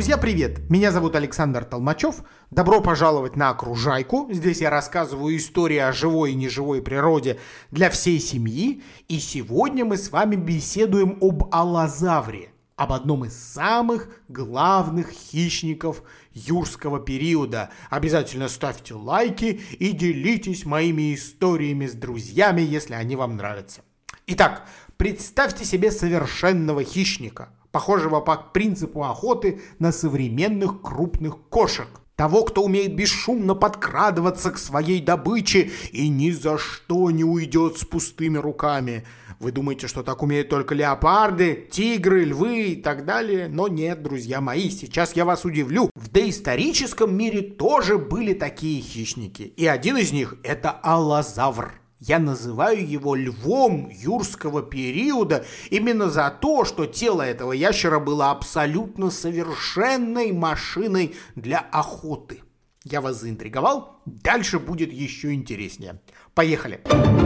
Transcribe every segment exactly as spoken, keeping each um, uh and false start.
Друзья, привет! Меня зовут Александр Толмачев. Добро пожаловать на Окружайку. Здесь я рассказываю истории о живой и неживой природе для всей семьи. И сегодня мы с вами беседуем об аллозавре, об одном из самых главных хищников юрского периода. Обязательно ставьте лайки и делитесь моими историями с друзьями, если они вам нравятся. Итак, представьте себе совершенного хищника, похожего по принципу охоты на современных крупных кошек. Того, кто умеет бесшумно подкрадываться к своей добыче и ни за что не уйдет с пустыми руками. Вы думаете, что так умеют только леопарды, тигры, львы и так далее? Но нет, друзья мои, сейчас я вас удивлю. В доисторическом мире тоже были такие хищники. И один из них – это аллозавр. Я называю его львом юрского периода именно за то, что тело этого ящера было абсолютно совершенной машиной для охоты. Я вас заинтриговал? Дальше будет еще интереснее. Поехали!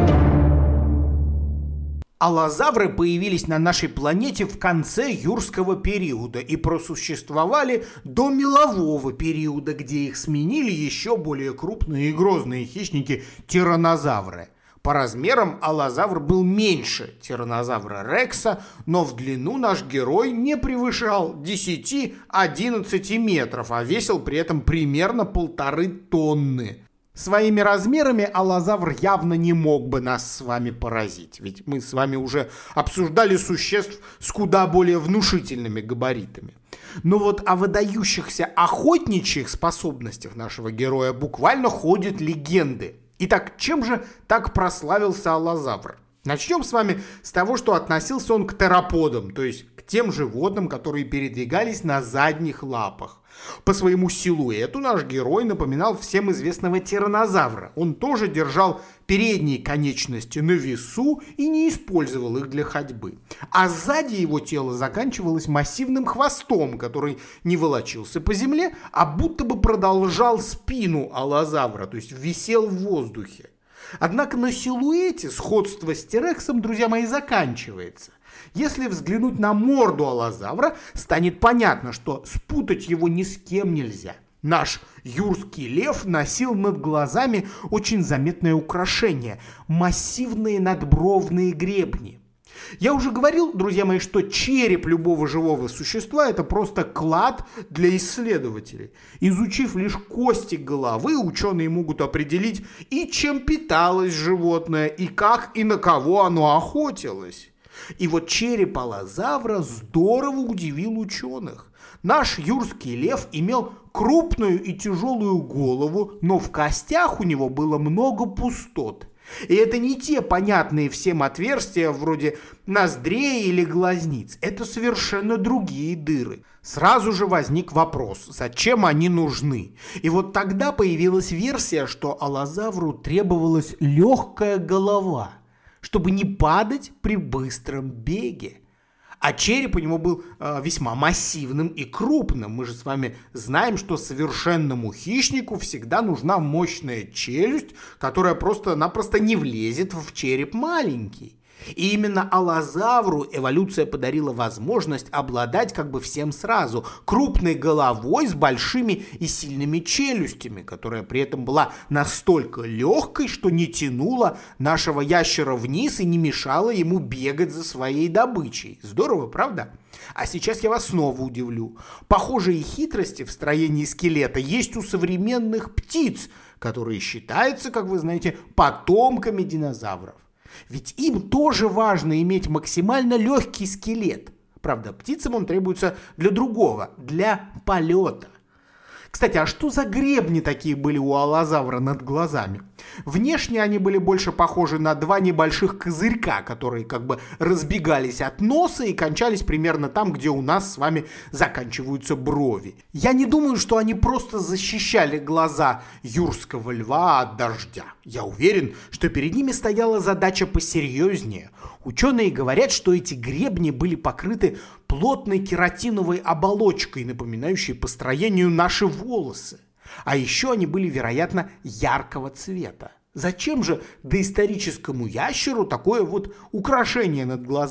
Аллозавры появились на нашей планете в конце юрского периода и просуществовали до мелового периода, где их сменили еще более крупные и грозные хищники тираннозавры. По размерам аллозавр был меньше тираннозавра Рекса, но в длину наш герой не превышал десять-одиннадцать метров, а весил при этом примерно полторы тонны. Своими размерами аллозавр явно не мог бы нас с вами поразить, ведь мы с вами уже обсуждали существ с куда более внушительными габаритами. Но вот о выдающихся охотничьих способностях нашего героя буквально ходят легенды. Итак, чем же так прославился аллозавр? Начнем с вами с того, что относился он к тероподам, то есть к тем животным, которые передвигались на задних лапах. По своему силуэту наш герой напоминал всем известного тираннозавра. Он тоже держал передние конечности на весу и не использовал их для ходьбы. А сзади его тело заканчивалось массивным хвостом, который не волочился по земле, а будто бы продолжал спину аллозавра, то есть висел в воздухе. Однако на силуэте сходство с тирексом, друзья мои, заканчивается. Если взглянуть на морду аллозавра, станет понятно, что спутать его ни с кем нельзя. Наш юрский лев носил над глазами очень заметное украшение – массивные надбровные гребни. Я уже говорил, друзья мои, что череп любого живого существа – это просто клад для исследователей. Изучив лишь кости головы, ученые могут определить и чем питалось животное, и как и на кого оно охотилось. И вот череп аллозавра здорово удивил ученых. Наш юрский лев имел крупную и тяжелую голову, но в костях у него было много пустот. И это не те понятные всем отверстия вроде ноздрей или глазниц. Это совершенно другие дыры. Сразу же возник вопрос, зачем они нужны? И вот тогда появилась версия, что аллозавру требовалась легкая голова, чтобы не падать при быстром беге. А череп у него был э, весьма массивным и крупным. Мы же с вами знаем, что совершенному хищнику всегда нужна мощная челюсть, которая просто-напросто не влезет в череп маленький. И именно аллозавру эволюция подарила возможность обладать как бы всем сразу. Крупной головой с большими и сильными челюстями, которая при этом была настолько легкой, что не тянула нашего ящера вниз и не мешала ему бегать за своей добычей. Здорово, правда? А сейчас я вас снова удивлю. Похожие хитрости в строении скелета есть у современных птиц, которые считаются, как вы знаете, потомками динозавров. Ведь им тоже важно иметь максимально легкий скелет. Правда, птицам он требуется для другого, для полета. Кстати, а что за гребни такие были у аллозавра над глазами? Внешне они были больше похожи на два небольших козырька, которые как бы разбегались от носа и кончались примерно там, где у нас с вами заканчиваются брови. Я не думаю, что они просто защищали глаза юрского льва от дождя. Я уверен, что перед ними стояла задача посерьезнее. Ученые говорят, что эти гребни были покрыты плотной кератиновой оболочкой, напоминающей по строению наши волосы. А еще они были, вероятно, яркого цвета. Зачем же доисторическому ящеру такое вот украшение над глазами?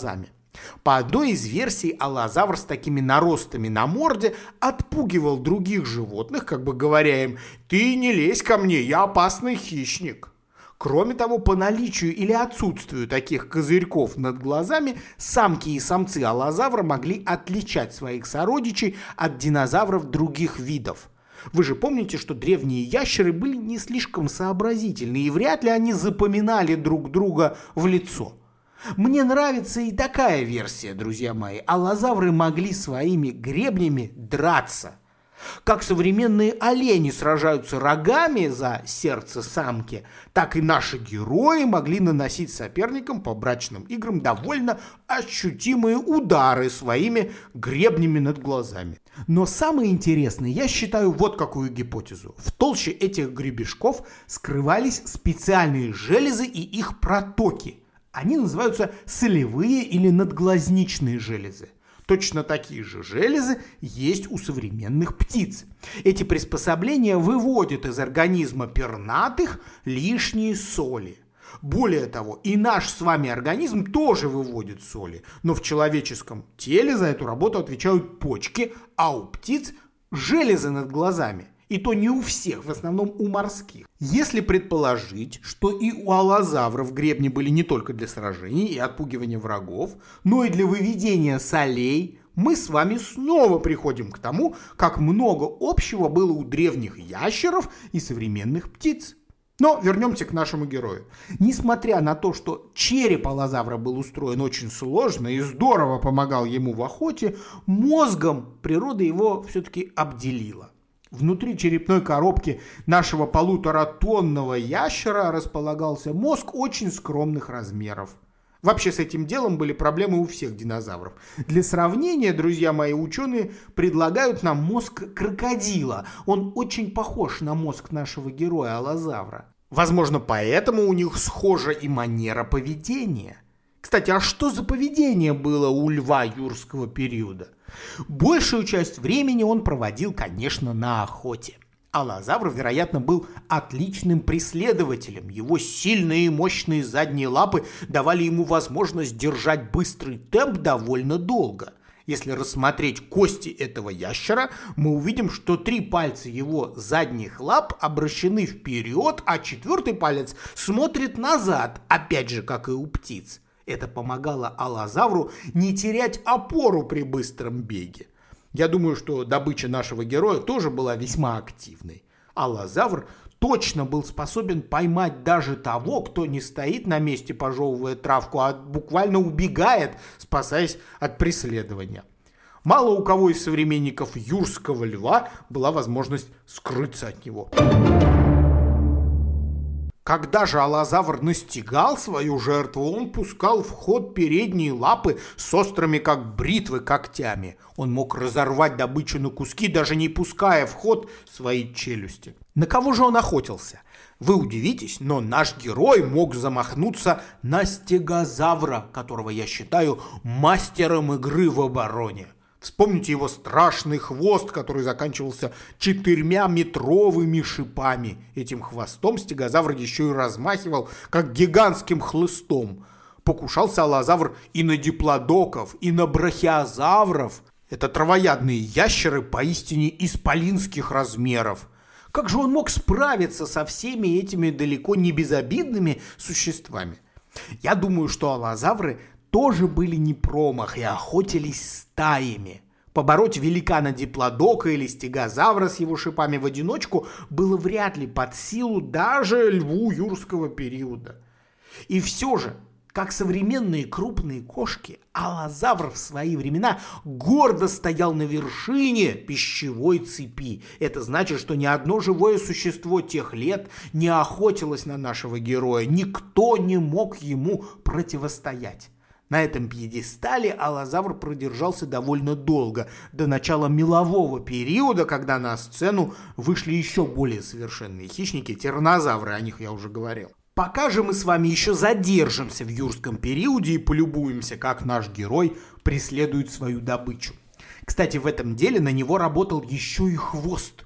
По одной из версий, аллозавр с такими наростами на морде отпугивал других животных, как бы говоря им: «Ты не лезь ко мне, я опасный хищник». Кроме того, по наличию или отсутствию таких козырьков над глазами, самки и самцы аллозавра могли отличать своих сородичей от динозавров других видов. Вы же помните, что древние ящеры были не слишком сообразительны, и вряд ли они запоминали друг друга в лицо. Мне нравится и такая версия, друзья мои. Аллозавры могли своими гребнями драться. Как современные олени сражаются рогами за сердце самки, так и наши герои могли наносить соперникам по брачным играм довольно ощутимые удары своими гребнями над глазами. Но самое интересное, я считаю вот какую гипотезу. В толще этих гребешков скрывались специальные железы и их протоки. Они называются солевые или надглазничные железы. Точно такие же железы есть у современных птиц. Эти приспособления выводят из организма пернатых лишние соли. Более того, и наш с вами организм тоже выводит соли, но в человеческом теле за эту работу отвечают почки, а у птиц железы над глазами. И то не у всех, в основном у морских. Если предположить, что и у аллозавров гребни были не только для сражений и отпугивания врагов, но и для выведения солей, мы с вами снова приходим к тому, как много общего было у древних ящеров и современных птиц. Но вернемся к нашему герою. Несмотря на то, что череп аллозавра был устроен очень сложно и здорово помогал ему в охоте, мозгом природа его все-таки обделила. Внутри черепной коробки нашего полуторатонного ящера располагался мозг очень скромных размеров. Вообще с этим делом были проблемы у всех динозавров. Для сравнения, друзья мои, ученые предлагают нам мозг крокодила. Он очень похож на мозг нашего героя аллозавра. Возможно, поэтому у них схожа и манера поведения. Кстати, а что за поведение было у льва юрского периода? Большую часть времени он проводил, конечно, на охоте. Аллозавр, вероятно, был отличным преследователем. Его сильные и мощные задние лапы давали ему возможность держать быстрый темп довольно долго. Если рассмотреть кости этого ящера, мы увидим, что три пальца его задних лап обращены вперед, а четвертый палец смотрит назад, опять же, как и у птиц. Это помогало аллозавру не терять опору при быстром беге. Я думаю, что добыча нашего героя тоже была весьма активной. Аллозавр точно был способен поймать даже того, кто не стоит на месте, пожевывая травку, а буквально убегает, спасаясь от преследования. Мало у кого из современников юрского льва была возможность скрыться от него. Когда же аллозавр настигал свою жертву, он пускал в ход передние лапы с острыми, как бритвы, когтями. Он мог разорвать добычу на куски, даже не пуская в ход свои челюсти. На кого же он охотился? Вы удивитесь, но наш герой мог замахнуться на стегозавра, которого я считаю мастером игры в обороне. Вспомните его страшный хвост, который заканчивался четырьмя метровыми шипами. Этим хвостом стегозавр еще и размахивал, как гигантским хлыстом. Покушался аллозавр и на диплодоков, и на брахиозавров. Это травоядные ящеры поистине исполинских размеров. Как же он мог справиться со всеми этими далеко не безобидными существами? Я думаю, что аллозавры тоже были не промах и охотились стаями. Побороть великана диплодока или стегозавра с его шипами в одиночку было вряд ли под силу даже льву юрского периода. И все же, как современные крупные кошки, аллозавр в свои времена гордо стоял на вершине пищевой цепи. Это значит, что ни одно живое существо тех лет не охотилось на нашего героя. Никто не мог ему противостоять. На этом пьедестале аллозавр продержался довольно долго, до начала мелового периода, когда на сцену вышли еще более совершенные хищники, тираннозавры, о них я уже говорил. Пока же мы с вами еще задержимся в юрском периоде и полюбуемся, как наш герой преследует свою добычу. Кстати, в этом деле на него работал еще и хвост.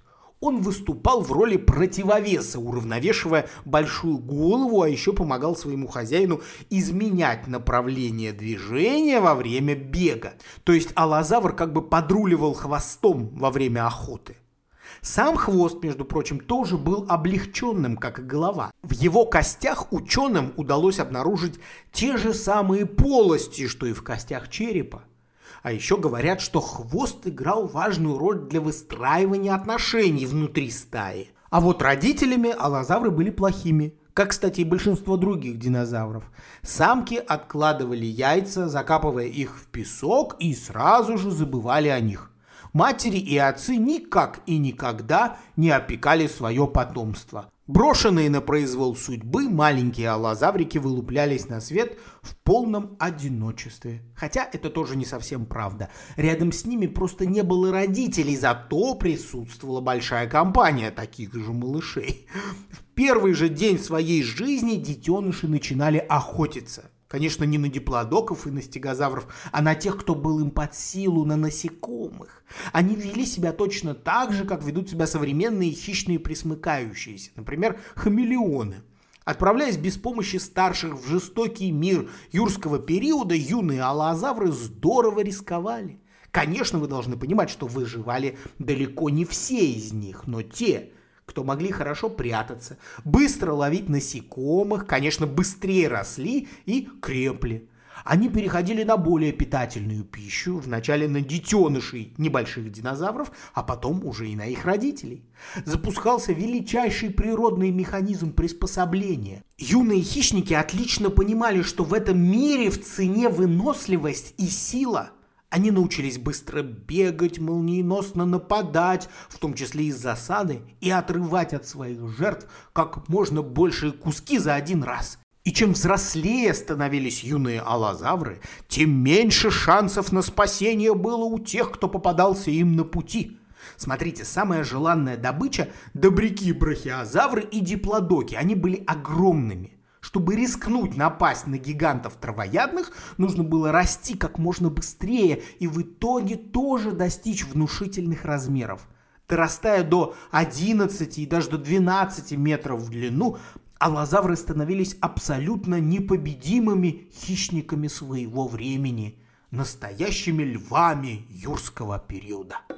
Он выступал в роли противовеса, уравновешивая большую голову, а еще помогал своему хозяину изменять направление движения во время бега. То есть аллозавр как бы подруливал хвостом во время охоты. Сам хвост, между прочим, тоже был облегченным, как и голова. В его костях ученым удалось обнаружить те же самые полости, что и в костях черепа. А еще говорят, что хвост играл важную роль для выстраивания отношений внутри стаи. А вот родителями аллозавры были плохими, как, кстати, и большинство других динозавров. Самки откладывали яйца, закапывая их в песок, и сразу же забывали о них. Матери и отцы никак и никогда не опекали свое потомство. Брошенные на произвол судьбы, маленькие аллозаврики вылуплялись на свет в полном одиночестве. Хотя это тоже не совсем правда. Рядом с ними просто не было родителей, зато присутствовала большая компания таких же малышей. В первый же день своей жизни детеныши начинали охотиться. Конечно, не на диплодоков и на стегозавров, а на тех, кто был им под силу, на насекомых. Они вели себя точно так же, как ведут себя современные хищные пресмыкающиеся, например, хамелеоны. Отправляясь без помощи старших в жестокий мир юрского периода, юные аллозавры здорово рисковали. Конечно, вы должны понимать, что выживали далеко не все из них, но те, кто могли хорошо прятаться, быстро ловить насекомых, конечно, быстрее росли и крепли. Они переходили на более питательную пищу, вначале на детенышей небольших динозавров, а потом уже и на их родителей. Запускался величайший природный механизм приспособления. Юные хищники отлично понимали, что в этом мире в цене выносливость и сила. Они научились быстро бегать, молниеносно нападать, в том числе из засады, и отрывать от своих жертв как можно большие куски за один раз. И чем взрослее становились юные аллозавры, тем меньше шансов на спасение было у тех, кто попадался им на пути. Смотрите, самая желанная добыча – добряки-брахиозавры и диплодоки. Они были огромными. Чтобы рискнуть напасть на гигантов травоядных, нужно было расти как можно быстрее и в итоге тоже достичь внушительных размеров. Дорастая до одиннадцати и даже до двенадцати метров в длину, аллозавры становились абсолютно непобедимыми хищниками своего времени, настоящими львами юрского периода.